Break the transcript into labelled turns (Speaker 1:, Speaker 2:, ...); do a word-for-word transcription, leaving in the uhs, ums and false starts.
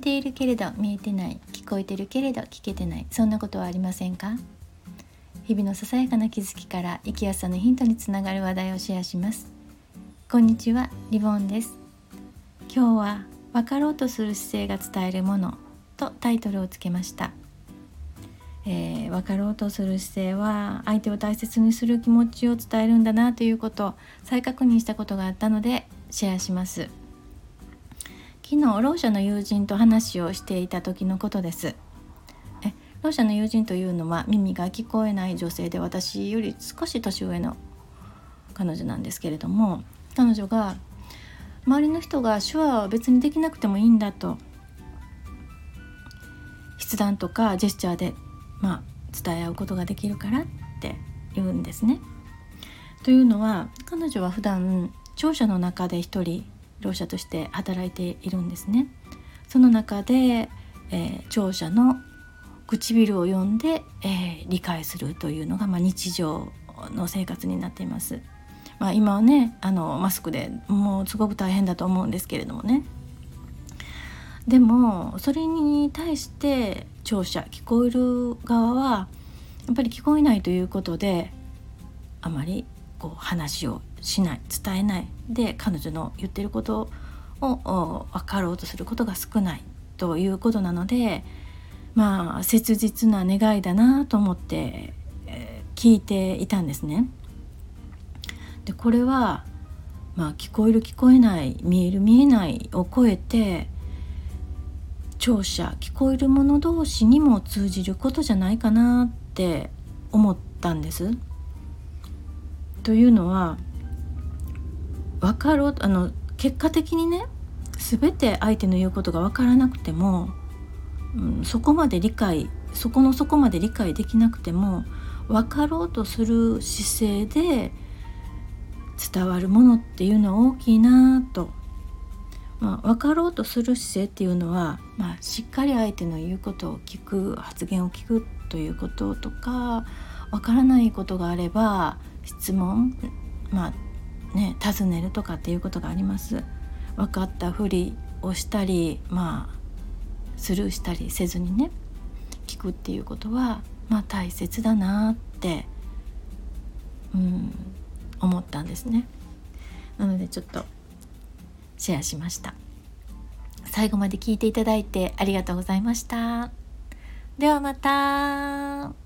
Speaker 1: ているけれど見えてない、聞こえてるけれど聞けてない、そんなことはありませんか？日々のささやかな気づきから生きやすさのヒントにつながる話題をシェアします。こんにちは、リボンです。今日は分かろうとする姿勢が伝えるものとタイトルをつけました。えー、分かろうとする姿勢は相手を大切にする気持ちを伝えるんだなということを再確認したことがあったのでシェアします。昨日ろう者の友人と話をしていた時のことです。えろう者の友人というのは耳が聞こえない女性で、私より少し年上の彼女なんですけれども、彼女が周りの人が手話は別にできなくてもいいんだと、筆談とかジェスチャーで、まあ、伝え合うことができるからって言うんですね。というのは、彼女は普段庁舎の中で一人ろう者として働いているんですね。その中で、えー、聴者の唇を読んで、えー、理解するというのが、まあ、日常の生活になっています。まあ、今はねあのマスクでもうすごく大変だと思うんですけれどもね。でもそれに対して聴者、聞こえる側はやっぱり聞こえないということであまりこう話をしない、伝えないで、彼女の言っていることを分かろうとすることが少ないということなので、まあ切実な願いだなと思って、えー、聞いていたんですね。でこれは、まあ、聞こえる聞こえない、見える見えないを超えて聴者、聞こえる者同士にも通じることじゃないかなって思ったんです。というのは、分かろうあの結果的にね、全て相手の言うことが分からなくても、うん、そこまで理解そこのそこまで理解できなくても分かろうとする姿勢で伝わるものっていうのは大きいなと。まあ、分かろうとする姿勢っていうのは、まあ、しっかり相手の言うことを聞く、発言を聞くということとか、分からないことがあれば質問、まあね、尋ねるとかっていうことがあります。分かったふりをしたり、まあスルーしたりせずにね、聞くっていうことは、まあ、大切だなって、うん、思ったんですね。なのでちょっとシェアしました。最後まで聞いていただいてありがとうございました。ではまた。